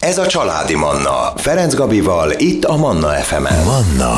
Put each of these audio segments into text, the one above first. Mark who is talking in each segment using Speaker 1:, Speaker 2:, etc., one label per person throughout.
Speaker 1: Ez a Családi Manna. Ferenc Gabival, itt a Manna FM-en. Manna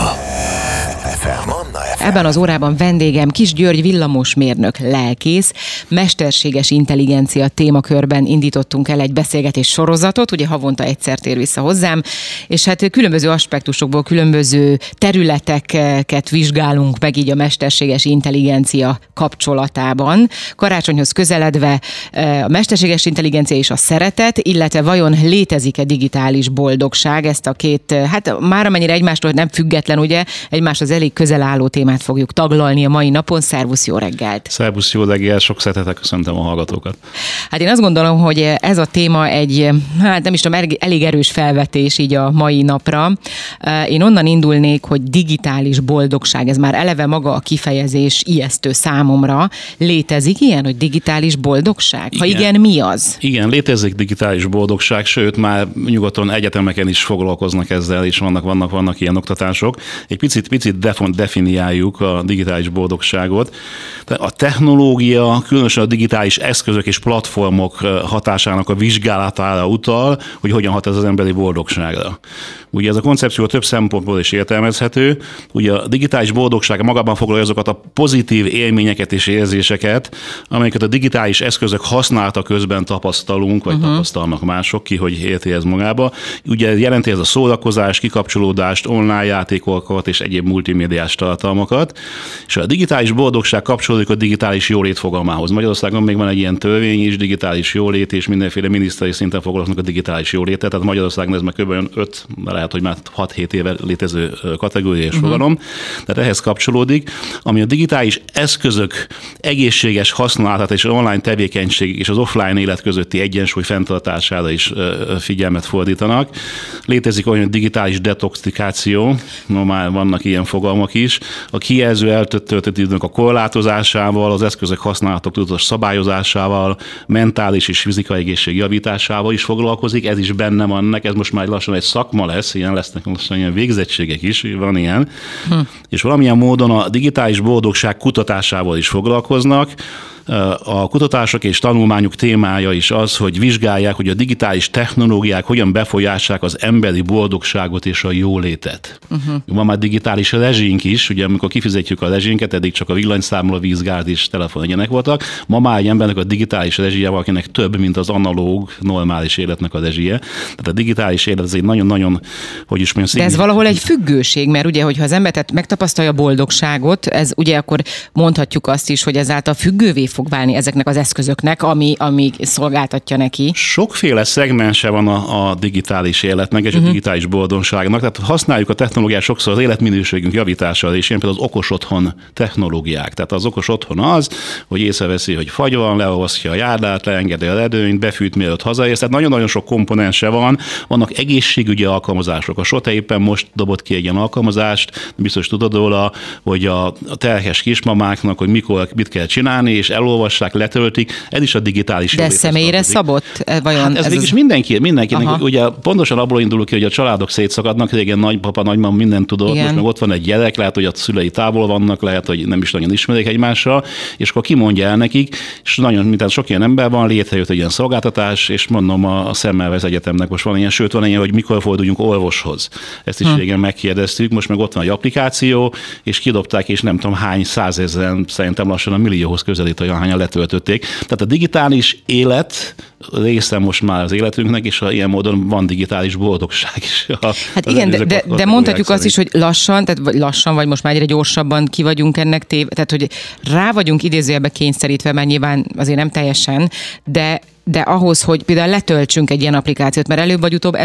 Speaker 1: FM.
Speaker 2: Ebben az órában vendégem Kiss György villamosmérnök, lelkész. Mesterséges intelligencia témakörben indítottunk el egy beszélgetés sorozatot, ugye havonta egyszer tér vissza hozzám, és hát különböző aspektusokból, különböző területeket vizsgálunk meg így a mesterséges intelligencia kapcsolatában. Karácsonyhoz közeledve a mesterséges intelligencia és a szeretet, illetve vajon létezik-e digitális boldogság? Ezt a két, hát már amennyire egymástól nem független, ugye, egymáshoz elég közel álló témát fogjuk taglalni a mai napon. Szervusz, jó reggelt!
Speaker 3: Szervusz, jó reggelt, sok szeretettel köszöntöm a hallgatókat.
Speaker 2: Hát én azt gondolom, hogy ez a téma egy, hát nem is tudom, elég erős felvetés így a mai napra. Én onnan indulnék, hogy digitális boldogság, ez már eleve maga a kifejezés ijesztő számomra. Létezik ilyen, hogy digitális boldogság? Ha igen, mi az? Igen,
Speaker 3: létezik digitális boldogság, sőt már nyugaton egyetemeken is foglalkoznak ezzel, és vannak ilyen oktatások. Egy picit definiáljuk a digitális boldogságot. A technológia, különösen a digitális eszközök és platformok hatásának a vizsgálatára utal, hogy hogyan hat ez az emberi boldogságra. Ugye ez a koncepció több szempontból is értelmezhető. Ugye a digitális boldogság magában foglalja azokat a pozitív élményeket és érzéseket, amelyeket a digitális eszközök használata közben tapasztalunk, vagy tapasztalnak mások, ki, hogy érti ez magába. Ugye jelenti ez a szórakozás, kikapcsolódást, online játékokat és egyéb multimédiás tartalmakat. És a digitális boldogság kapcsolódik a digitális jólét fogalmához. Magyarországon még van egy ilyen törvény is, digitális jólét, és mindenféle miniszteri szinten foglalkoznak a digitális jólétet. Tehát Magyarországon ez már kb. 5, lehet, hogy már 6-7 éve létező kategória és fogalom. Tehát ehhez kapcsolódik, ami a digitális eszközök egészséges használatát és online tevékenység és az offline élet közötti egyensúly fenntartására is figyelmet fordítanak. Létezik olyan digitális detoxikáció, már vannak ilyen fogalmak is, a kijelző eltöltött időnek a korlátozásával, az eszközök használatok tudatos szabályozásával, mentális és fizikai egészség javításával is foglalkozik, ez is benne van, ez most már lassan egy szakma lesz, ilyen lesznek lassan ilyen végzettségek is, van ilyen, és valamilyen módon a digitális boldogság kutatásával is foglalkoznak. A kutatások és tanulmányok témája is az, hogy vizsgálják, hogy a digitális technológiák hogyan befolyásolják az emberi boldogságot és a jólétet. Van már digitális rezsink is, ugye amikor kifizetjük a rezsinket, eddig csak a villanyszámla, vízgáz és telefon ilyenek voltak. Ma már egy embernek a digitális rezsije valakinek több, mint az analóg, normális életnek a rezsije. Tehát a digitális élet ez egy nagyon-nagyon, hogy is mondjam,
Speaker 2: de ez valahol egy függőség, mert ugye, hogyha az ember megtapasztalja a boldogságot, ez ugye akkor mondhatjuk azt is, hogy ezáltal függővé fog válni ezeknek az eszközöknek, ami szolgáltatja neki.
Speaker 3: Sokféle szegmense van a digitális életnek és a digitális boldogságnak. Tehát használjuk a technológiát sokszor az életminőségünk javítására, és ilyen például az okos otthon technológiák. Tehát az okos otthon az, hogy észreveszi, hogy fagy van, leolvasztja a járdát, leengedi a redőnyt, befűt, mielőtt hazaérsz. Tehát nagyon-nagyon sok komponense van. Vannak egészségügyi alkalmazások. A SOTE éppen most dobott ki egy ilyen alkalmazást, biztos tudod róla, hogy a terhes kismamáknak, hogy mikor mit kell csinálni, és elolvassák, letöltik, ez is a digitális
Speaker 2: de személyre szabott? Vajon
Speaker 3: hát ez végülis mindenkinek, ugye pontosan abból indulunk ki, hogy a családok szétszakadnak, régen nagypapa, nagymama mindent tudott, igen. Most meg ott van egy gyerek, lehet, hogy a szülei távol vannak, lehet, hogy nem is nagyon ismerik egymással, és akkor kimondja el nekik, és nagyon, mint sok ilyen ember van, létrejött egy ilyen szolgáltatás, és mondom, a Semmelweis Egyetemnek most van ilyen, sőt van ilyen, hogy mikor forduljunk orvoshoz. Ezt is régen megkérdeztük, most meg ott van egy applikáció, és kidobták, és nem tudom hány százezren, szerintem lassan a millióhoz közelít, olyan hányan letöltötték. Tehát a digitális élet része most már az életünknek, és ilyen módon van digitális boldogság is.
Speaker 2: Hát igen, de mondhatjuk azt is, hogy lassan, vagy most már egyre gyorsabban ki vagyunk ennek tehát hogy rá vagyunk idézőjelbe kényszerítve, mert nyilván azért nem teljesen, de ahhoz, hogy például letöltsünk egy ilyen applikációt, mert előbb vagy utóbb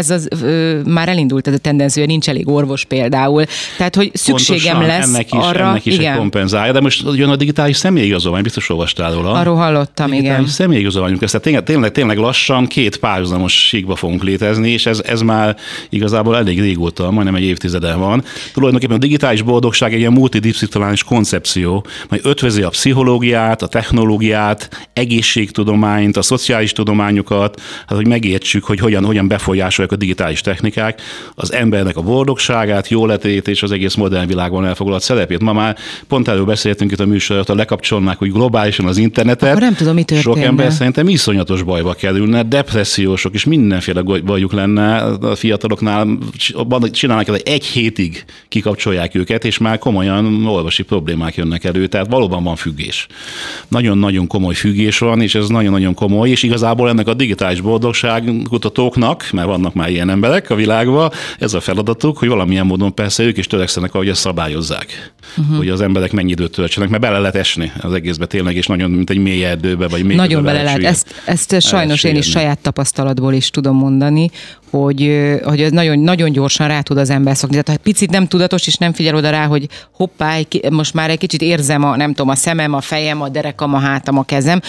Speaker 2: már elindult ez a tendencia, nincs elég orvos például. Tehát, hogy szükségem
Speaker 3: pontosan,
Speaker 2: lesz
Speaker 3: ennek is egy kompenzálja, de most jön a digitális személyigazolvány, biztos olvastál róla.
Speaker 2: Arról hallottam, igen.
Speaker 3: Digitális személyigazolványunk, ezt tényleg lassan 2 párhuzamos síkba fogunk létezni, és ez már igazából elég régóta, majdnem egy évtizede van. Tulajdonképpen a digitális boldogság egy ilyen multidisziplináris koncepció, majd ötvözi a pszichológiát, a technológiát, egészségtudományt, a szociális digitális tudományokat, hát hogy megértsük, hogy hogyan befolyásolják a digitális technikák az embernek a boldogságát, jóletét és az egész modern világban elfoglalt szerepét. Ma már pont erről beszéltünk itt a műsorot, lekapcsolnák úgy globálisan az internetet.
Speaker 2: Akkor nem tudom, mi történne.
Speaker 3: Sok ember szerintem iszonyatos bajba kerülne, depressziósok és mindenféle bajuk lenne a fiataloknál. Csinálnak egy hétig kikapcsolják őket, és már komolyan orvosi problémák jönnek elő, tehát valóban van függés. Nagyon-nagyon komoly függés van, és ez nagyon-nagyon komoly, és igazából ennek a digitális boldogság kutatóknak, mert vannak már ilyen emberek a világban, ez a feladatuk, hogy valamilyen módon persze ők is törekszenek, ahogy ezt szabályozzák, hogy az emberek mennyi időt töltsenek, mert bele lehet esni az egészbe tényleg, és nagyon, mint egy mély erdőbe, vagy még
Speaker 2: nagyon bele lehet. Ezt sajnos én is saját tapasztalatból is tudom mondani, hogy ez nagyon, nagyon gyorsan rá tud az ember szokni. Tehát ha picit nem tudatos, és nem figyel oda rá, hogy hoppá, most már egy kicsit érzem a szemem, a fejem, a derekam, a hátam, a kezem,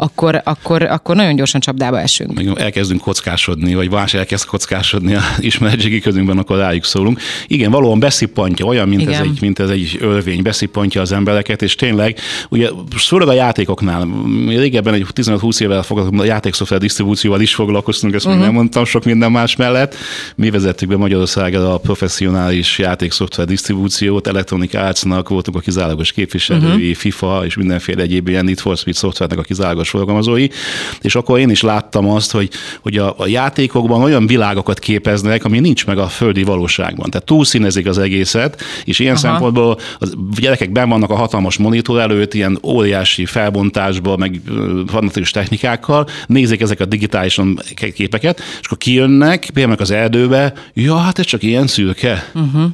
Speaker 2: akkor nagyon gyorsan csapdába esünk.
Speaker 3: Elkezdünk kockásodni, vagy más elkezd kockásodni a ismeretségi közünkben, akkor rájuk szólunk. Igen, valóban beszippantja, olyan, mint ez egy ölvény, beszippantja az embereket, és tényleg, ugye főleg a játékoknál, régebben egy 15-20 évvel foglalkoztunk, a játékszoftver disztribúcióval is foglalkoztunk, ezt még nem mondtam, sok minden más mellett. Mi vezettük be Magyarországra a professzionális játékszoftver disztribúciót, Electronic Arts-nak voltunk a kizárólagos képviselői, FIFA és mindenféle egyéb ilyen Need for Speed szoftvernek a kizárólagos forgalmazói, és akkor én is láttam azt, hogy a játékokban olyan világokat képeznek, ami nincs meg a földi valóságban. Tehát túlszínezik az egészet, és ilyen szempontból a gyerekek benn vannak a hatalmas monitor előtt, ilyen óriási felbontásban, meg fantasztikus technikákkal, nézik ezek a digitális képeket, és akkor kijönnek, például az erdőbe, hát ez csak ilyen szürke.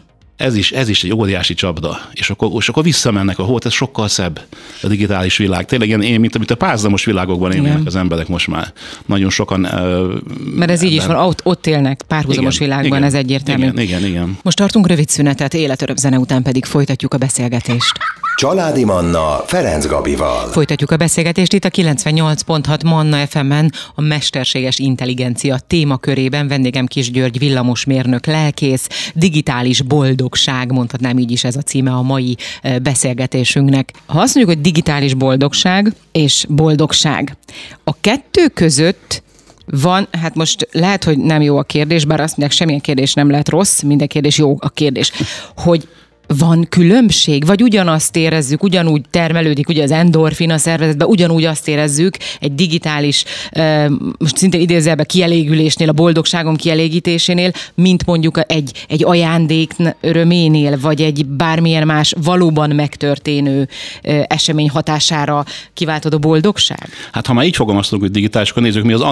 Speaker 3: Ez is egy óriási csapda. És akkor visszamennek, ez sokkal szebb a digitális világ. Tényleg én, mint a párhuzamos világokban élnek az emberek most már. Nagyon sokan...
Speaker 2: Mert ez így is van, ott élnek párhuzamos világban, ez egyértelmű.
Speaker 3: Igen.
Speaker 2: Most tartunk rövid szünetet, életöröm zene után pedig folytatjuk a beszélgetést.
Speaker 1: Családi Manna Ferenc Gabival.
Speaker 2: Folytatjuk a beszélgetést itt a 98.6 Manna FM-en a mesterséges intelligencia témakörében. Vendégem Kiss György villamosmérnök, lelkész, digitális boldogság, mondhatnám így is ez a címe a mai beszélgetésünknek. Ha azt mondjuk, hogy digitális boldogság és boldogság, a kettő között van, hát most lehet, hogy nem jó a kérdés, bár azt mondják, semmilyen kérdés nem lehet rossz, minden kérdés jó a kérdés, hogy van különbség? Vagy ugyanazt érezzük, ugyanúgy termelődik ugye az endorfin a szervezetben, ugyanúgy azt érezzük egy digitális, most szintén idézőjelben kielégülésnél, a boldogságom kielégítésénél, mint mondjuk egy ajándék öröménél, vagy egy bármilyen más valóban megtörténő esemény hatására kiváltható boldogság?
Speaker 3: Hát ha már így fogalmaztunk, hogy digitális, akkor nézzük, mi az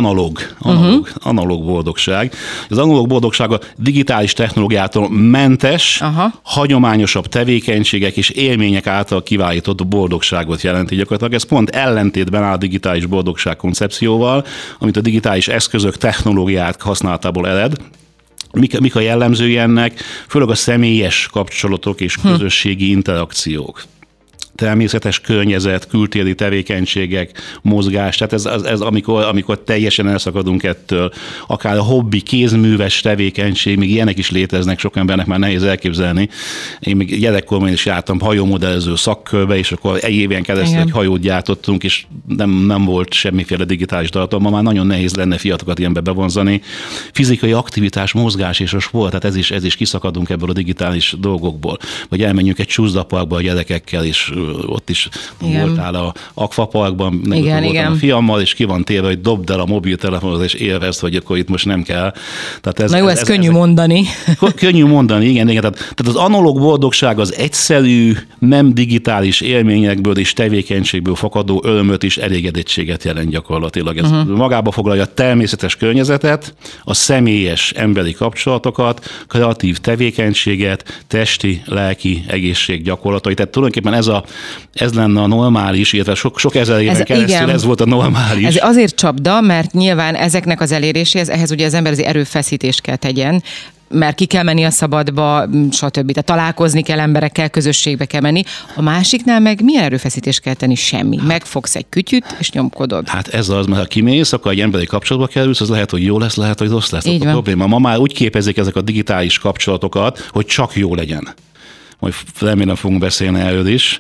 Speaker 3: analóg boldogság. Az analóg boldogság a digitális technológiától mentes, hagyományos tevékenységek és élmények által kivállított boldogságot jelenti gyakorlatilag. Ez pont ellentétben áll a digitális boldogság koncepcióval, amit a digitális eszközök technológiát használatából ered. Mik a jellemzői ennek? Főleg a személyes kapcsolatok és közösségi interakciók. Természetes környezet, kültéri tevékenységek, mozgás, tehát ez amikor teljesen elszakadunk ettől, akár a hobbi, kézműves tevékenység, még ilyenek is léteznek, sok embernek már nehéz elképzelni. Én még gyerekkorban is jártam hajómodellező szakkörbe, és akkor egy éven keresztül egy hajót gyártottunk, és nem volt semmiféle digitális tartalom, ma már nagyon nehéz lenne fiatalokat ilyenbe bevonzani. Fizikai aktivitás, mozgás és a sport, tehát ez is kiszakadunk ebből a digitális dolgokból. Vagy elmenjünk egy csúszdaparkba a gyerekekkel, és ott is voltál a Aquaparkban, voltam a fiammal, és ki van téve, hogy dobd el a mobiltelefonot, és élvezd, hogy akkor itt most nem kell.
Speaker 2: Tehát ez könnyű mondani.
Speaker 3: Könnyű mondani, igen. Tehát az analóg boldogság az egyszerű, nem digitális élményekből és tevékenységből fakadó örömöt és elégedettséget jelent gyakorlatilag. Ez magába foglalja a természetes környezetet, a személyes emberi kapcsolatokat, kreatív tevékenységet, testi, lelki egészség gyakorlatai. Tehát tulajdonképpen ez lenne a normális, illetve sok ezer éven keresztül ez volt a normális.
Speaker 2: Ez azért csapda, mert nyilván ezeknek az eléréséhez, ehhez ugye az ember az erőfeszítést kell tegyen, mert ki kell menni a szabadba, stb. Tehát találkozni kell emberekkel, közösségbe kell menni. A másiknál meg milyen erőfeszítést kell tenni? Semmi. Megfogsz egy kütyüt, és nyomkodod.
Speaker 3: Hát ez az, mert ha kimész, akkor egy emberi kapcsolatba kerülsz, az lehet, hogy jó lesz, lehet, hogy rossz lesz. A probléma. Ma már úgy képezik ezek a digitális kapcsolatokat, hogy csak jó legyen. majd remélem fogunk beszélni erről is.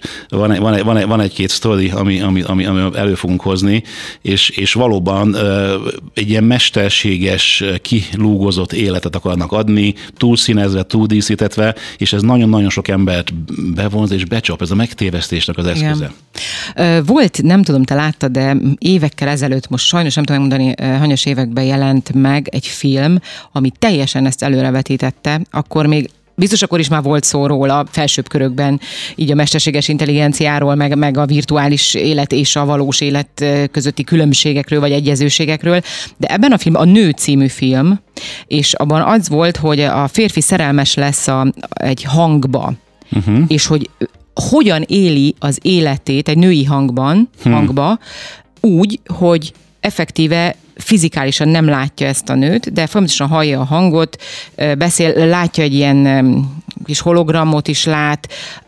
Speaker 3: Van egy-két sztori, ami elő fogunk hozni, és valóban egy ilyen mesterséges, kilúgozott életet akarnak adni, túlszínezve, túldíszítetve, és ez nagyon-nagyon sok embert bevonz és becsap, ez a megtévesztésnek az eszköze.
Speaker 2: Igen. Volt, nem tudom, te láttad, de évekkel ezelőtt, most sajnos nem tudom mondani, hanyas években jelent meg egy film, ami teljesen ezt előrevetítette, akkor még biztos akkor is már volt szó róla felsőbb körökben, így a mesterséges intelligenciáról, meg a virtuális élet és a valós élet közötti különbségekről, vagy egyezőségekről, de ebben a film a Nő című film, és abban az volt, hogy a férfi szerelmes lesz egy hangba, és hogy hogyan éli az életét egy női hangba, úgy, hogy effektíve fizikálisan nem látja ezt a nőt, de folyamatosan hallja a hangot, beszél, látja egy ilyen kis hologramot is lát,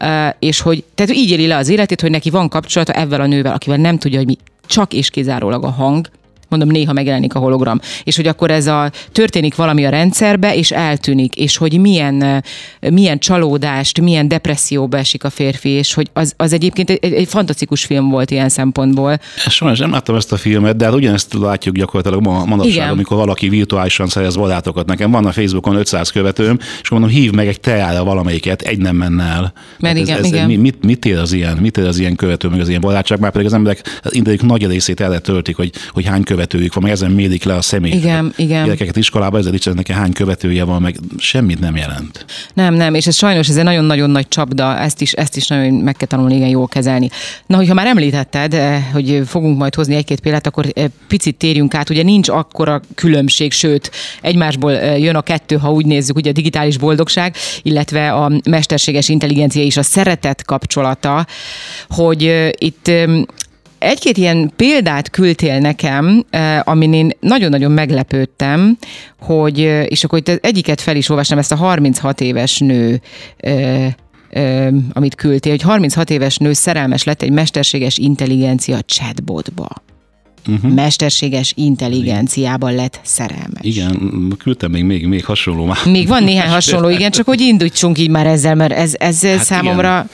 Speaker 2: és hogy tehát így éli le az életét, hogy neki van kapcsolata ezzel a nővel, akivel nem tudja, hogy mi, csak és kizárólag a hang, mondom, néha megjelenik a hologram, és hogy akkor történik valami a rendszerbe, és eltűnik, és hogy milyen csalódást, milyen depresszióba esik a férfi, és hogy az egyébként egy fantasztikus film volt ilyen szempontból.
Speaker 3: Sajnos nem láttam ezt a filmet, de hát ugyanezt látjuk gyakorlatilag manapság, amikor valaki virtuálisan szerez barátokat. Nekem van a Facebookon 500 követőm, és mondom, hív meg egy teára valamelyiket, egy nem menne el.
Speaker 2: Mert igen.
Speaker 3: Mit ér az ilyen követő, meg az ilyen barátság? Már pedig az emberek idejük nagy részét erre töltik, hogy hány követőjük van, meg ezen mérik le a személyt.
Speaker 2: Igen.
Speaker 3: Gyerekeket iskolában ezzel is neki hány követője van, meg semmit nem jelent.
Speaker 2: Nem, és ez sajnos ez egy nagyon-nagyon nagy csapda, ezt is nagyon meg kell tanulni, igen, jól kezelni. Na, hogyha már említetted, hogy fogunk majd hozni egy-két példát, akkor picit térjünk át, ugye nincs akkora különbség, sőt, egymásból jön a kettő, ha úgy nézzük, ugye a digitális boldogság, illetve a mesterséges intelligencia és a szeretet kapcsolata, hogy itt egy-két ilyen példát küldtél nekem, amin én nagyon-nagyon meglepődtem, hogy, és akkor itt egyiket fel is olvastam, ezt a 36 éves nő, amit küldtél, hogy 36 éves nő szerelmes lett egy mesterséges intelligencia chatbotba. Mesterséges intelligenciában lett szerelmes.
Speaker 3: Igen, küldtem még hasonló már.
Speaker 2: Még van néhány hasonló, igen, csak hogy indítsunk így már ezzel, mert ez hát számomra...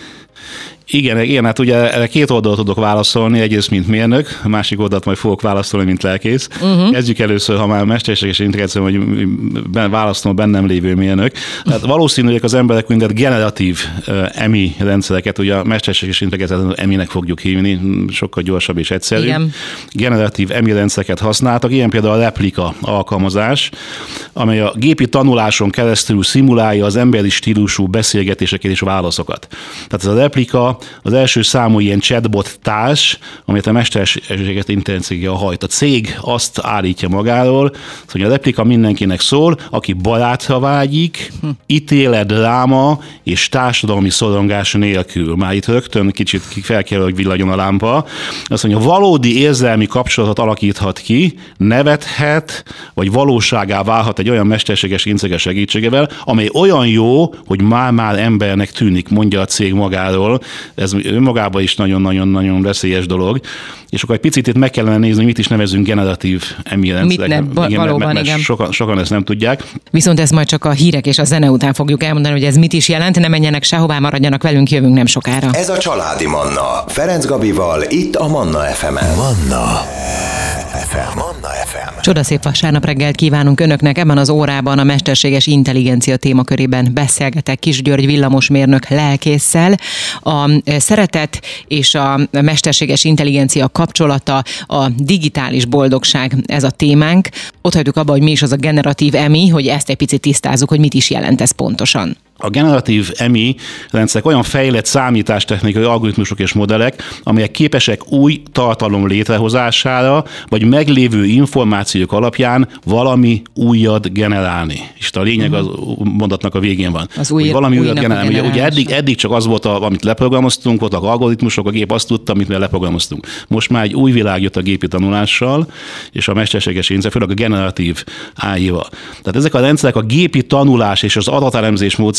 Speaker 3: Igen, hát ugye erre két oldalt tudok válaszolni, egyrészt mint mérnök, a másik oldalt majd fogok válaszolni, mint lelkész. Kezdjük először, ha már mesterséges intelligencia, hogy választom a bennem lévő mérnök. Hát valószínűleg az emberek mindet generatív EMI rendszereket, ugye a mesterséges intelligencia EMI-nek fogjuk hívni, sokkal gyorsabb és egyszerűbb. Igen. Generatív EMI rendszereket használtak, ilyen például a replika alkalmazás, amely a gépi tanuláson keresztül szimulálja az emberi stílusú beszélgetéseket és válaszokat. Tehát ez a replika az első számú ilyen chatbot társ, amit a mesterséges intelligencia hajt. A cég azt állítja magáról, hogy a replika mindenkinek szól, aki barátra vágyik, ítélet, dráma és társadalmi szorongás nélkül. Már itt rögtön kicsit fel kell, hogy villanjon a lámpa. Azt mondja, valódi érzelmi kapcsolatot alakíthat ki, nevethet, vagy valóságá válhat egy olyan mesterséges intelligencia segítségével, amely olyan jó, hogy már embernek tűnik, mondja a cég magáról. Ez önmagában is nagyon-nagyon veszélyes dolog. És akkor egy picit itt meg kellene nézni, hogy mit is nevezünk generatív EMI rendszernek.
Speaker 2: Valóban.
Speaker 3: Sokan ezt nem tudják.
Speaker 2: Viszont ezt majd csak a hírek és a zene után fogjuk elmondani, hogy ez mit is jelent. Ne menjenek sehová, maradjanak velünk, jövünk nem sokára.
Speaker 1: Ez a Családi Manna. Ferenc Gabival, itt a Manna FM-en. Manna FM.
Speaker 2: Csodaszép vasárnap reggelt kívánunk Önöknek. Ebben az órában a mesterséges intelligencia témakörében beszélgetek Kis György villamosmérnök lelkésszel. A szeretet és a mesterséges intelligencia kapcsolata, a digitális boldogság, ez a témánk. Ott hagyjuk abba, hogy mi is az a generatív EMI, hogy ezt egy picit tisztázzuk, hogy mit is jelent ez pontosan.
Speaker 3: A generatív EMI rendszerek olyan fejlett számítástechnikai algoritmusok és modellek, amelyek képesek új tartalom létrehozására, vagy meglévő információk alapján valami újat generálni. És a lényeg az mondatnak a végén van. Valami újat generálni. Ugye eddig csak az volt, amit leprogramoztunk, voltak algoritmusok, a gép azt tudta, amit mi leprogramoztunk. Most már egy új világ jött a gépi tanulással, és a mesterséges intelligencia, főleg a generatív AI-val. Tehát ezek a rendszerek a gépi tanulás és az adatelemzés módszer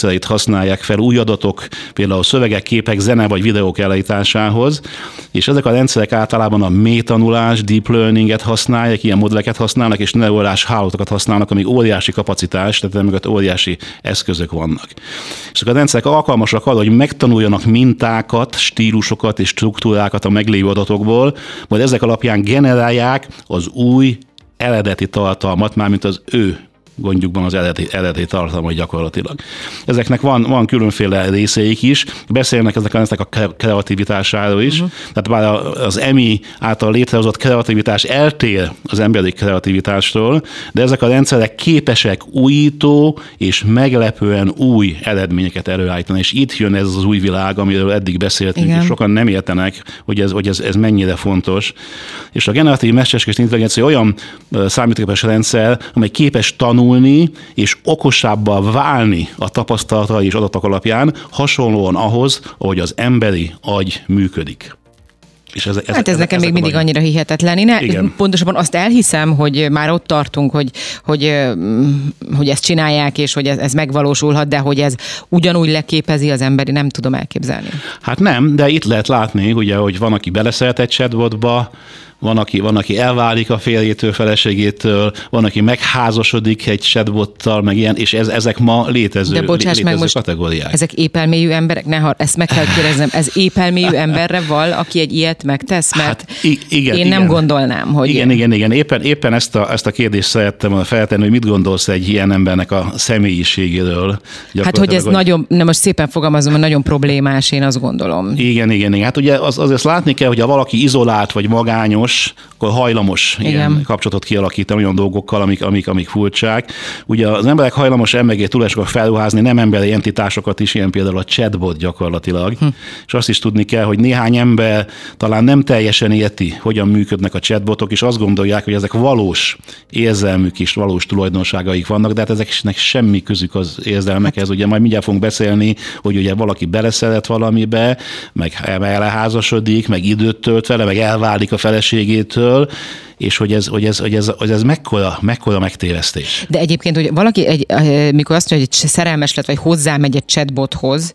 Speaker 3: rendszereit használják fel új adatok, például szövegek, képek, zene vagy videók elállításához, és ezek a rendszerek általában a mélytanulás, deep learninget használják, ilyen modelleket használnak, és neurális hálózatokat használnak, amik óriási kapacitás, tehát mögött óriási eszközök vannak. És a rendszerek alkalmasak arra, hogy megtanuljanak mintákat, stílusokat és struktúrákat a meglévő adatokból, majd ezek alapján generálják az új eredeti tartalmat, mármint az ő gondjukban az eredeti tartalma gyakorlatilag. Ezeknek van különféle részeik is, beszélnek ezek a kreativitásáról is, tehát bár az EMI által létrehozott kreativitás eltér az emberi kreativitásról, de ezek a rendszerek képesek újító és meglepően új eredményeket előállítani, és itt jön ez az új világ, amiről eddig beszéltünk, igen. És sokan nem értenek, hogy ez mennyire fontos. És a generatív mesterséges intelligencia olyan számítógépes rendszer, amely képes tanulni és okosabbá válni a tapasztalatai és adatok alapján, hasonlóan ahhoz, ahogy az emberi agy működik. És
Speaker 2: ez nekem még mindig annyira hihetetlen. Pontosabban azt elhiszem, hogy már ott tartunk, hogy ezt csinálják, és hogy ez megvalósulhat, de hogy ez ugyanúgy leképezi az emberi, nem tudom elképzelni.
Speaker 3: Hát nem, de itt lehet látni, ugye, hogy van, aki beleszeret egy chatbotba, van, aki elválik a férjétől, feleségétől, van, aki megházasodik egy chatbottal, meg ilyen, és ezek ma létező kategóriák.
Speaker 2: Ezek épelmélyű emberek? Ezt meg kell kérdeznem, ez épelmélyű emberre val, aki egy ilyet megtesz? Mert én nem gondolnám, hogy...
Speaker 3: Igen. Éppen ezt a kérdést szerettem volna feltenni, hogy mit gondolsz egy ilyen embernek a személyiségéről.
Speaker 2: Hát, hogy ez nagyon, most szépen fogalmazom, hogy nagyon problémás, én azt gondolom.
Speaker 3: Igen. Hát ugye azért látni kell, hogy ha valaki izolált vagy magányos, akkor hajlamos ilyen kapcsolatot kialakítani olyan dolgokkal, amik furcsák. Ugye az emberek hajlamos emberi tulajdonosokat felruházni nem emberi entitásokat is, ilyen például a chatbot gyakorlatilag. És azt is tudni kell, hogy néhány ember talán nem teljesen érti, hogyan működnek a chatbotok, és azt gondolják, hogy ezek valós érzelmük is, valós tulajdonságaik vannak, de hát ezeknek semmi közük az érzelmekhez. Ugye majd mindjárt fogunk beszélni, hogy ugye valaki beleszeret valamibe, meg elházasodik, meg időt tölt vele, meg elválik a feleségétől, és hogy ez mekkora megtévesztés.
Speaker 2: De egyébként, hogy valaki, mikor azt mondja, hogy szerelmes lett, vagy hozzámegy egy chatbothoz,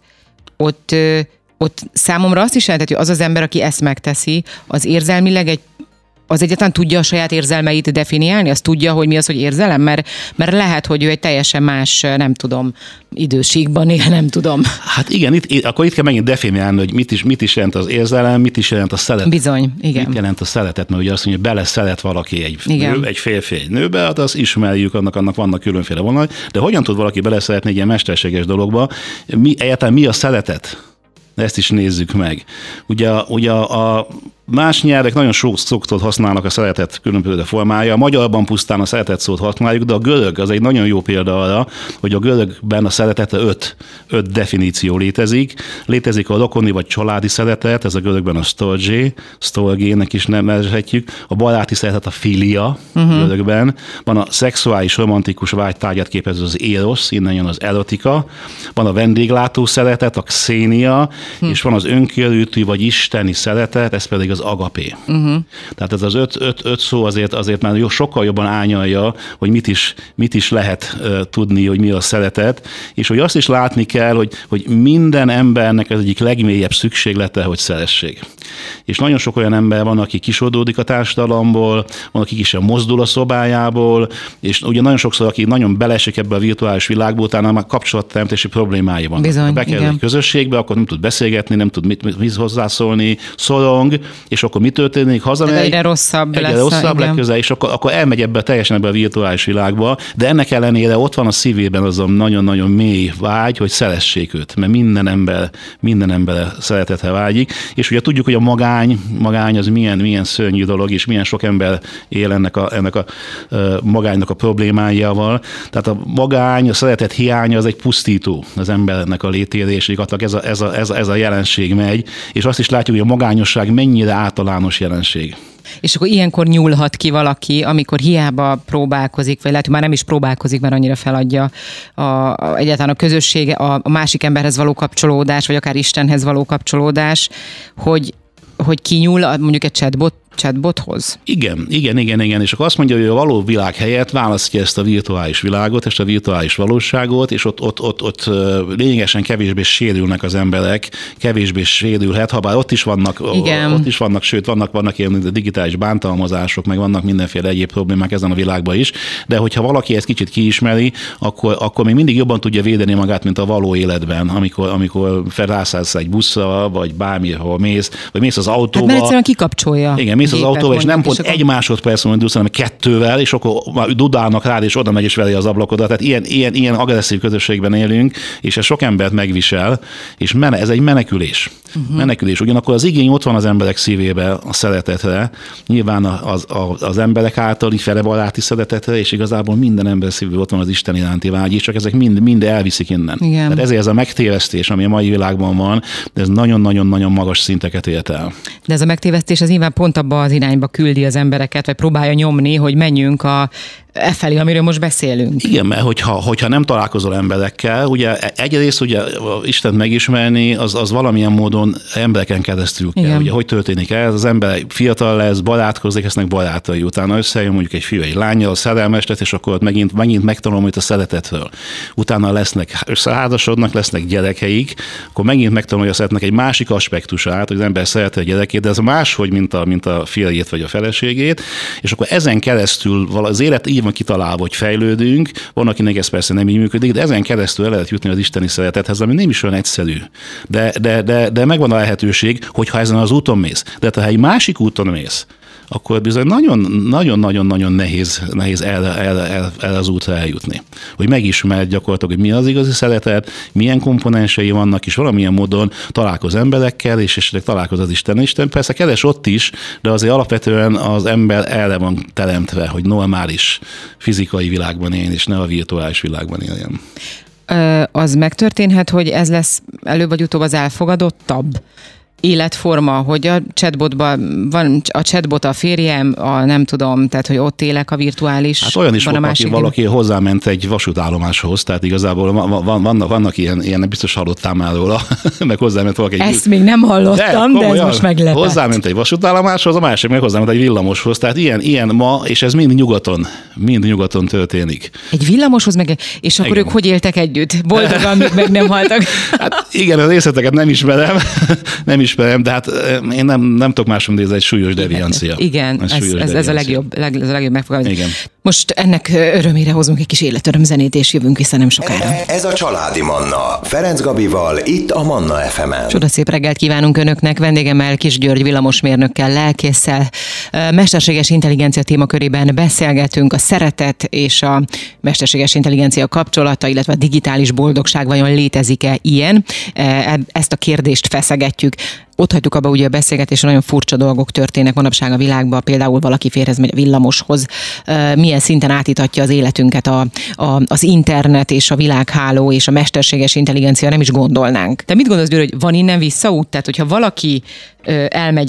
Speaker 2: ott számomra azt is jelentett, hogy az az ember, aki ezt megteszi, az érzelmileg az egyáltalán tudja a saját érzelmeit definiálni? Azt tudja, hogy mi az, hogy érzelem? Mert lehet, hogy ő egy teljesen más, nem tudom, időségben él, nem tudom.
Speaker 3: Hát igen, akkor itt kell megint definiálni, hogy mit is jelent az érzelem, mit is jelent a szeretet.
Speaker 2: Bizony, igen.
Speaker 3: Mit jelent a szeretet? Mert ugye azt mondja, hogy beleszeret valaki egy férfi egy nőbe, hát azt ismerjük, annak vannak különféle vonalai, de hogyan tud valaki beleszeretni egy ilyen mesterséges dologba? Egyáltalán mi a szeretet? Ezt is nézzük meg. Ugye a más nyelvek nagyon sok szót használnak a szeretet különböző formája. A magyarban pusztán a szeretet szót használjuk, de a görög az egy nagyon jó példa arra, hogy a görögben a szeretetre öt definíció létezik. Létezik a rokoni vagy családi szeretet, ez a görögben a storgének is nevezhetjük. A baráti szeretet a filia görögben. Van a szexuális, romantikus vágytárgyat képező az érosz, innen jön az erotika. Van a vendéglátó szeretet, a xénia, és van az önkörültű vagy isteni szeretet, ez pedig az agapé. Tehát ez az öt szó azért már sokkal jobban árnyalja, hogy mit is lehet tudni, hogy mi a szeretet, és hogy azt is látni kell, hogy minden embernek az egyik legmélyebb szükséglete, hogy szeressék. És nagyon sok olyan ember van, aki kisodódik a társadalomból, van, aki is mozdul a szobájából, és ugye nagyon sokszor, aki nagyon beleesik ebbe a virtuális világba, utána már kapcsolatteremtési problémái vannak.
Speaker 2: Bizony,
Speaker 3: ha bekerül egy közösségbe, akkor nem tud beszélgetni, nem tud mit hozzászólni, szorong, és akkor mi történik? Hazamegy,
Speaker 2: egyre rosszabb lesz
Speaker 3: közel, és akkor elmegy teljesen ebbe a virtuális világba, de ennek ellenére ott van a szívében az a nagyon-nagyon mély vágy, hogy szeressék őt, mert minden ember szeretetre vágyik, és ugye tudjuk, hogy a magány az milyen szörnyű dolog, és milyen sok ember él ennek a magánynak a problémájával. Tehát a magány, a szeretet hiánya az egy pusztító az embernek a létélésig, ez a jelenség megy, és azt is látjuk, hogy a magányosság mennyire általános jelenség.
Speaker 2: És akkor ilyenkor nyúlhat ki valaki, amikor hiába próbálkozik, vagy lehet, hogy már nem is próbálkozik, mert annyira feladja egyáltalán a közössége, a másik emberhez való kapcsolódás, vagy akár Istenhez való kapcsolódás, hogy kinyúl mondjuk egy chatbot chatbothoz?
Speaker 3: Igen. És akkor azt mondja, hogy a való világ helyett választja ezt a virtuális világot, ezt a virtuális valóságot, és ott lényegesen kevésbé sérülnek az emberek, kevésbé sérülhet, habár ott is vannak, sőt, vannak ilyen digitális bántalmazások, meg vannak mindenféle egyéb problémák ezen a világban is, de hogyha valaki ezt kicsit kiismeri, akkor még mindig jobban tudja védeni magát, mint a való életben, amikor felrászállsz egy buszra, vagy bármihol mész, vagy mész az autóba.
Speaker 2: Hát mert egyszerűen kikapcsolja.
Speaker 3: Igen, mész az autóba, és nem pont egy másodperc indulsz, hanem 2-vel, és akkor már dudálnak rád, és oda megy és veli az ablakodat. Tehát ilyen agresszív közösségben élünk, és ez sok embert megvisel, és ez egy menekülés. Menekülés. Ugyanakkor az igény ott van az emberek szívébe a szeretetre, nyilván az emberek általi felebaráti szeretetre, és igazából minden ember szívében ott van az Isten iránti vágy, és csak ezek mind elviszik innen. Igen. Tehát ezért ez a megtévesztés, ami a mai világban van, de ez nagyon-nagyon-nagyon magas szinteket ért el.
Speaker 2: De ez a megtévesztés az nyilván pont abba az irányba küldi az embereket, vagy próbálja nyomni, hogy menjünk felé, amiről most beszélünk.
Speaker 3: Igen, mert hogyha nem találkozol emberekkel, ugye egyrészt ugye Istent megismerni, az valamilyen módon embereken keresztül kell. Igen. Ugye hogy történik ez? Az ember fiatal lesz, barátkozik, lesznek barátai, utána összejön mondjuk egy fiú, egy lányjal, szerelmes lett, és akkor ott megint megtanulom itt a szeretetről. Utána összeházasodnak, lesznek gyerekeik, akkor megint megtanulja a szeretnek egy másik aspektusát, hogy az ember szereti a gyerekét, de ez máshogy, mint a fiait vagy a feleségét, és akkor ezen keresztül az élet így van kitalálva, hogy fejlődünk, van, akinek ez persze nem így működik, de ezen keresztül el lehet jutni az isteni szeretethez, ami nem is olyan egyszerű. De megvan a lehetőség, hogyha ezen az úton mész. De ha egy másik úton mész, akkor bizony nagyon-nagyon nehéz erre az útra eljutni. Hogy megismerd gyakorlatilag, hogy mi az igazi szeretet, milyen komponensei vannak, és valamilyen módon találkoz emberekkel, és esetleg találkoz az Isten. Isten persze keres ott is, de azért alapvetően az ember erre van teremtve, hogy normális fizikai világban éljen, és ne a virtuális világban éljen.
Speaker 2: Az megtörténhet, hogy ez lesz előbb vagy utóbb az elfogadottabb életforma, hogy a chatbotban van a chatbot a férjem, nem tudom, tehát hogy ott élek a virtuális.
Speaker 3: Hát olyan is volt, valaki hozzáment egy vasútállomáshoz, tehát igazából vannak ilyen biztos hallottál már róla, meg hozzáment valaki.
Speaker 2: Ezt még nem hallottam, de ez most meglepett.
Speaker 3: Hozzáment egy vasútállomáshoz, a másik meg hozzáment egy villamoshoz, tehát ilyen ma, és ez mind nyugaton történik.
Speaker 2: Egy villamoshoz meg, és akkor igen. Ők hogy éltek együtt? Boldogan, még meg nem haltak.
Speaker 3: Hát igen, az részleteket nem ismerem, de hát én nem tudok más mondani, ez egy súlyos deviancia.
Speaker 2: Igen, ez a legjobb megfogalmazás. Igen. Most ennek örömére hozunk egy kis életörömzenét, és jövünk vissza nem sokára.
Speaker 1: Ez a Családi Manna. Ferenc Gabival, itt a Manna FM-en.
Speaker 2: Csodaszép reggelt kívánunk Önöknek, vendégemmel Kis György villamosmérnökkel, lelkésszel. Mesterséges intelligencia témakörében beszélgetünk, a szeretet és a mesterséges intelligencia kapcsolata, illetve a digitális boldogság, vajon létezik-e ilyen? Ezt a kérdést feszegetjük. Ott hagyjuk abba ugye a beszélgetésre, nagyon furcsa dolgok történnek manapság a világban, például valaki férhez megy a villamoshoz, milyen szinten átítatja az életünket az internet és a világháló és a mesterséges intelligencia, nem is gondolnánk. De mit gondolsz, György, hogy van innen visszaút? Tehát, hogyha valaki elmegy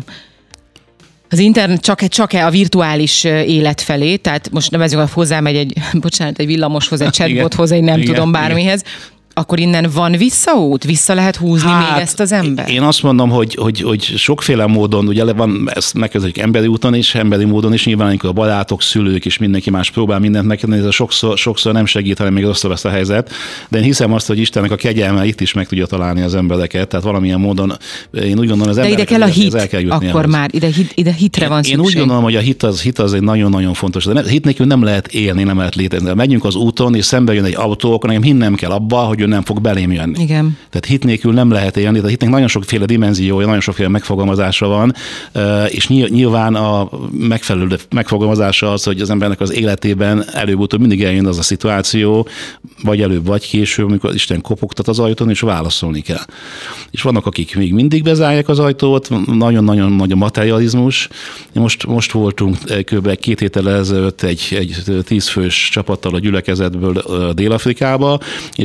Speaker 2: az internet csak a virtuális élet felé, tehát most nevezzük, hogy hozzámegy egy villamoshoz, egy chatbothoz, egy nem tudom bármihez, akkor innen van visszaút? Vissza lehet húzni még ezt az ember? Én
Speaker 3: azt mondom, hogy sokféle módon, ugye van, ezt megkezdődik emberi úton is, emberi módon is, nyilván amikor a barátok, szülők és mindenki más próbál mindent megtenni, ez sokszor nem segít, hanem még rosszabb ezt a helyzet. De én hiszem azt, hogy Istennek a kegyelme itt is meg tudja találni az embereket, tehát valamilyen módon én úgy gondolom, az emberek.
Speaker 2: De ide kell a hit, el kell jutni akkor már ide hitre van szükség.
Speaker 3: Én úgy gondolom, hogy a hit az egy nagyon-nagyon fontos. De hit nélkül nem lehet élni, nem lehet létezni. Megyünk az úton, és szembe jön egy autó, akkor nekem hinnem kell abba, hogy nem fog belém jönni.
Speaker 2: Igen.
Speaker 3: Tehát hit nélkül nem lehet élni, de hitnek nagyon sokféle dimenziója, nagyon sokféle megfogalmazása van, és nyilván a megfelelő megfogalmazása az, hogy az embernek az életében előbb-utóbb mindig eljön az a szituáció, vagy előbb, vagy később, amikor Isten kopogtat az ajtón, és válaszolni kell. És vannak, akik még mindig bezárják az ajtót, nagyon-nagyon nagy a materializmus. Most voltunk kb. 2 héttel ezelőtt egy 10 fős csapattal a gyülekezetből Dél-Afrikába, és ott láttuk, hogy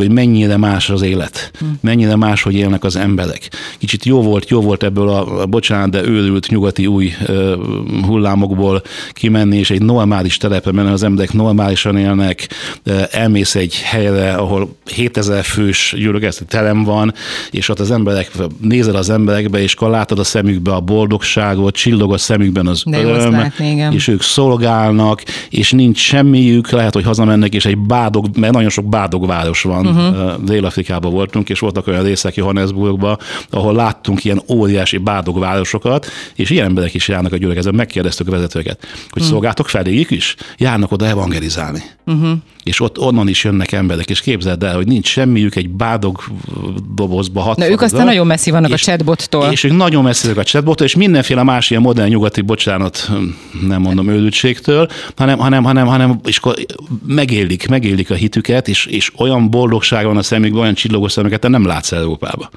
Speaker 3: hogy mennyire más az élet, mennyire más, hogy élnek az emberek. Kicsit jó volt ebből a bocsánat, de őrült nyugati új hullámokból kimenni, és egy normális telepre menni, az emberek normálisan élnek, elmész egy helyre, ahol 7000 fős gyülekezeti terem van, és ott az emberek, nézel az emberekbe, és akkor látod a szemükbe a boldogságot, csillog a szemükben az öröm, és ők szolgálnak, és nincs semmiük, lehet, hogy hazamennek, és egy bádog, mert nagyon sok bádogváros van, Dél-Afrikában voltunk, és voltak olyan részek Johannesburgban, ahol láttunk ilyen óriási bádogvárosokat, és ilyen emberek is járnak a gyülekezetbe. Megkérdeztük a vezetőket, hogy szolgáltok feléjük is? Járnak oda evangelizálni. És ott onnan is jönnek emberek, és képzeld el, hogy nincs semmiük, egy bádog dobozba hat.
Speaker 2: Na ők aztán nagyon messzi vannak a chatbottól.
Speaker 3: És ők nagyon messzi vannak a chatbottól, és mindenféle más ilyen modern nyugati, bocsánat, nem mondom őrültségtől, hanem és megélik a hitüket, és olyan boldogság van a szemükben, olyan csillogó szemüket, te nem látsz Európába.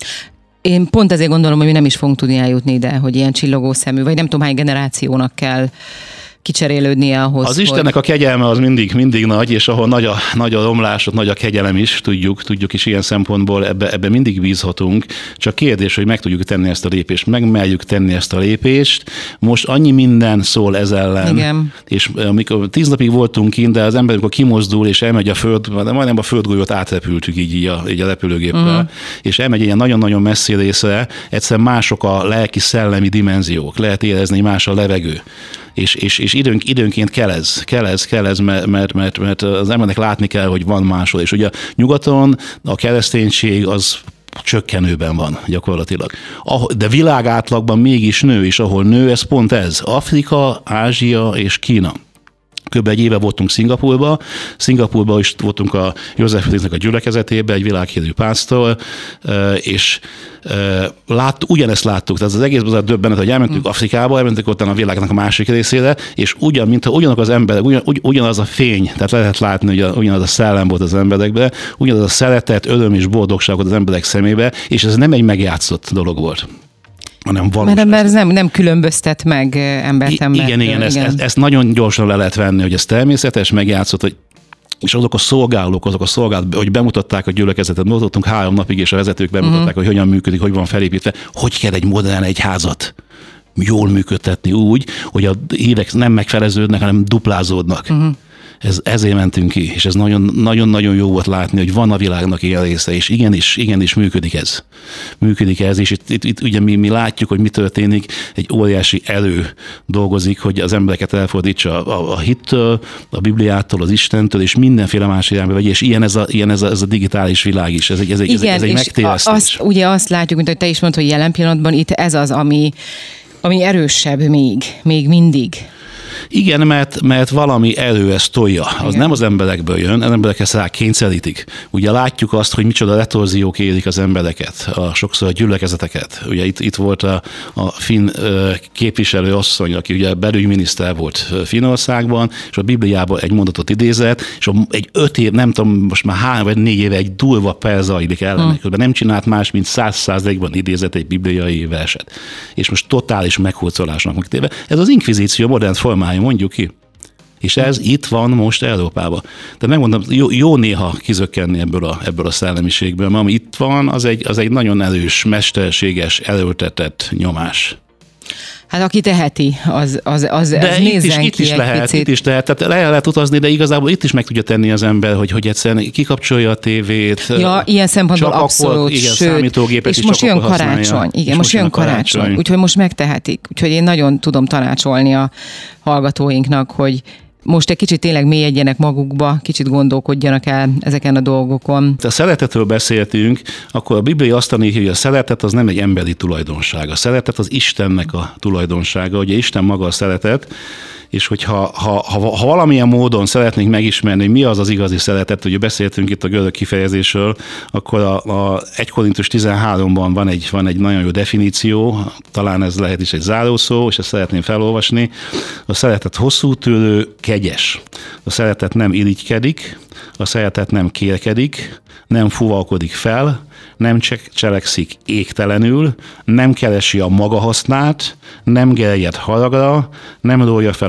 Speaker 2: Én pont ezért gondolom, hogy mi nem is fogunk tudni eljutni ide, hogy ilyen csillogó szemű, vagy nem tudom, hány generációnak kell kicserélődnie ahhoz.
Speaker 3: Az Istennek a kegyelme az mindig nagy, és ahol nagy a romlás, ott nagy a kegyelem is, tudjuk is ilyen szempontból, ebbe mindig bízhatunk. Csak kérdés, hogy meg tudjuk tenni ezt a lépést, megmerjük tenni ezt a lépést. Most annyi minden szól ez ellen.
Speaker 2: Igen.
Speaker 3: És amikor 10 napig voltunk kint, de az ember, amikor kimozdul, és elmegy a föld, majdnem a földgolyót átrepültük így a repülőgéppel, és elmegy ilyen nagyon-nagyon messzi részre, egyszerűen mások a lelki szellemi dimenziók, lehet érezni, más a levegő. És időnként kell ez, mert az embernek látni kell, hogy van máshol. És ugye nyugaton a kereszténység az csökkenőben van gyakorlatilag. De világátlagban mégis nő, és ahol nő, ez pont ez. Afrika, Ázsia és Kína. Kb. Egy éve voltunk Szingapurban is voltunk a József Felicnek a gyülekezetében, egy világhírű pásztor, és ugyanezt láttuk, tehát az egész az a döbbenet, hogy elmentünk Afrikába, elmentünk ott a világnak a másik részére, és mintha ugyanazok az emberek, ugyanaz a fény, tehát lehet látni, hogy ugyanaz a szellem volt az emberekben, ugyanaz a szeretet, öröm és boldogság volt az emberek szemébe, és ez nem egy megjátszott dolog volt.
Speaker 2: Mert ez nem különböztet meg embert embertől.
Speaker 3: Igen. Ezt nagyon gyorsan le lehet venni, hogy ez természetes, megjátszott, hogy és azok a szolgálók, hogy bemutatták a gyülekezetet, mutattunk 3 napig, és a vezetők bemutatták, hogy hogyan működik, hogy van felépítve, hogy kell egy modern egyházat jól működtetni úgy, hogy a hívek nem megfeleződnek, hanem duplázódnak. Ezért mentünk ki, és ez nagyon-nagyon jó volt látni, hogy van a világnak ilyen része, és igenis működik ez, és itt ugye mi látjuk, hogy mi történik, egy óriási erő dolgozik, hogy az embereket elfordítsa a hittől, a Bibliától, az Istentől, és mindenféle más irányba vegye, és ilyen ez a digitális világ is, ez egy megtévesztés.
Speaker 2: Ugye azt látjuk, mint hogy te is mondtad, hogy jelen pillanatban itt ez az, ami erősebb még mindig.
Speaker 3: Igen, mert valami erő ezt tolja. Az nem az emberekből jön, az emberek ezt rá kényszerítik. Ugye látjuk azt, hogy micsoda retorziók érik az embereket, sokszor a gyülekezeteket. Ugye itt volt a finn képviselő asszony, aki ugye belügyminiszter volt Finnországban, és a Bibliában egy mondatot idézett, és egy 5 év, nem tudom, most már 3 vagy 4 éve egy durva per zajlik ellen. Nem csinált más, mint 100%-ban idézett egy bibliai verset. És most totális meghurcolásnak megtéve. Ez az inkvizíció modern formája, mondjuk ki. És ez itt van most Európában. De megmondom, jó néha kizökkenni ebből a szellemiségből, mert ami itt van, az egy nagyon erős, mesterséges, erőltetett nyomás.
Speaker 2: Hát aki teheti, az
Speaker 3: de
Speaker 2: nézzen
Speaker 3: itt is lehet, tehát lehet utazni, de igazából itt is meg tudja tenni az ember, hogy egyszerűen kikapcsolja a tévét.
Speaker 2: Ja, ilyen szempontból abszolút,
Speaker 3: akkor, igen, számítógépet
Speaker 2: és most jön karácsony. Igen, most jön karácsony. Úgyhogy most megtehetik. Úgyhogy én nagyon tudom tanácsolni a hallgatóinknak, hogy most egy kicsit tényleg mélyedjenek magukba, kicsit gondolkodjanak el ezeken a dolgokon.
Speaker 3: Ha szeretetről beszéltünk, akkor a Biblia azt tanítja, hogy a szeretet az nem egy emberi tulajdonság. A szeretet az Istennek a tulajdonsága. Ugye Isten maga a szeretet, és hogyha ha valamilyen módon szeretnénk megismerni, hogy mi az igazi szeretet, ugye beszéltünk itt a görög kifejezésről, akkor a 1 Korintus 13-ban van egy nagyon jó definíció, talán ez lehet is egy zárószó, és ezt szeretném felolvasni. A szeretet hosszútűrő, kegyes. A szeretet nem irigykedik, a szeretet nem kérkedik, nem fuvalkodik fel, nem cselekszik égtelenül, nem keresi a maga hasznát, nem gerjed haragra, nem rója fel a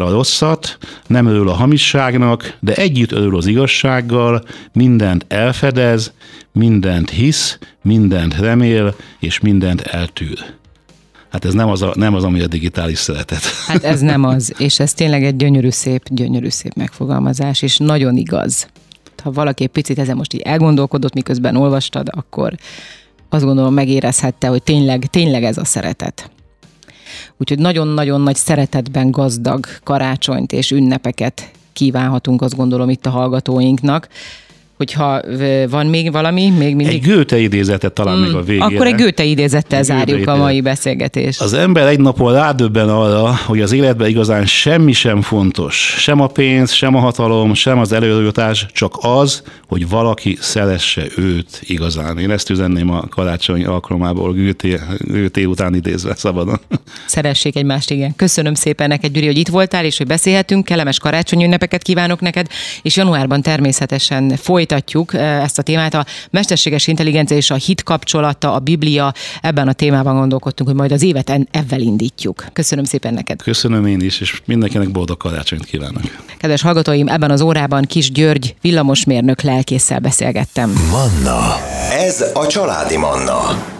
Speaker 3: a rosszat, nem örül a hamisságnak, de együtt örül az igazsággal, mindent elfedez, mindent hisz, mindent remél, és mindent eltűr. Hát ez nem az, ami a digitális szeretet.
Speaker 2: Hát ez nem az, és ez tényleg egy gyönyörű szép megfogalmazás, és nagyon igaz. Ha valaki egy picit ezen most így elgondolkodott, miközben olvastad, akkor azt gondolom megérezhette, hogy tényleg ez a szeretet. Úgyhogy nagyon-nagyon nagy szeretetben gazdag karácsonyt és ünnepeket kívánhatunk, azt gondolom itt a hallgatóinknak. Hogyha van még valami, még mindig...
Speaker 3: Egy Goethe idézetet talán még a végére.
Speaker 2: Akkor egy Goethe idézettel zárjuk a mai beszélgetést.
Speaker 3: Az ember egy napon rádöbben arra, hogy az életben igazán semmi sem fontos. Sem a pénz, sem a hatalom, sem az előrejutás, csak az, hogy szeresse őt igazán. Én ezt üzenném a karácsony alkalmából Goethe után idézve szabadon.
Speaker 2: Szeressék egymást, igen. Köszönöm szépen neked, Gyuri, hogy itt voltál, és hogy beszélhetünk. Kellemes karácsonyi ünnepeket kívánok neked, és januárban természetesen folytatjuk ezt a témát. A mesterséges intelligencia és a hit kapcsolata, a Biblia, ebben a témában gondolkodtunk, hogy majd az évet ezzel indítjuk. Köszönöm szépen neked.
Speaker 3: Köszönöm én is, és mindenkinek boldog karácsonyt kívánok.
Speaker 2: Kedves hallgatóim, ebben az órában Kis György villamosmérnök lelkésszel beszélgettem.
Speaker 1: Manna. Ez a Családi Manna.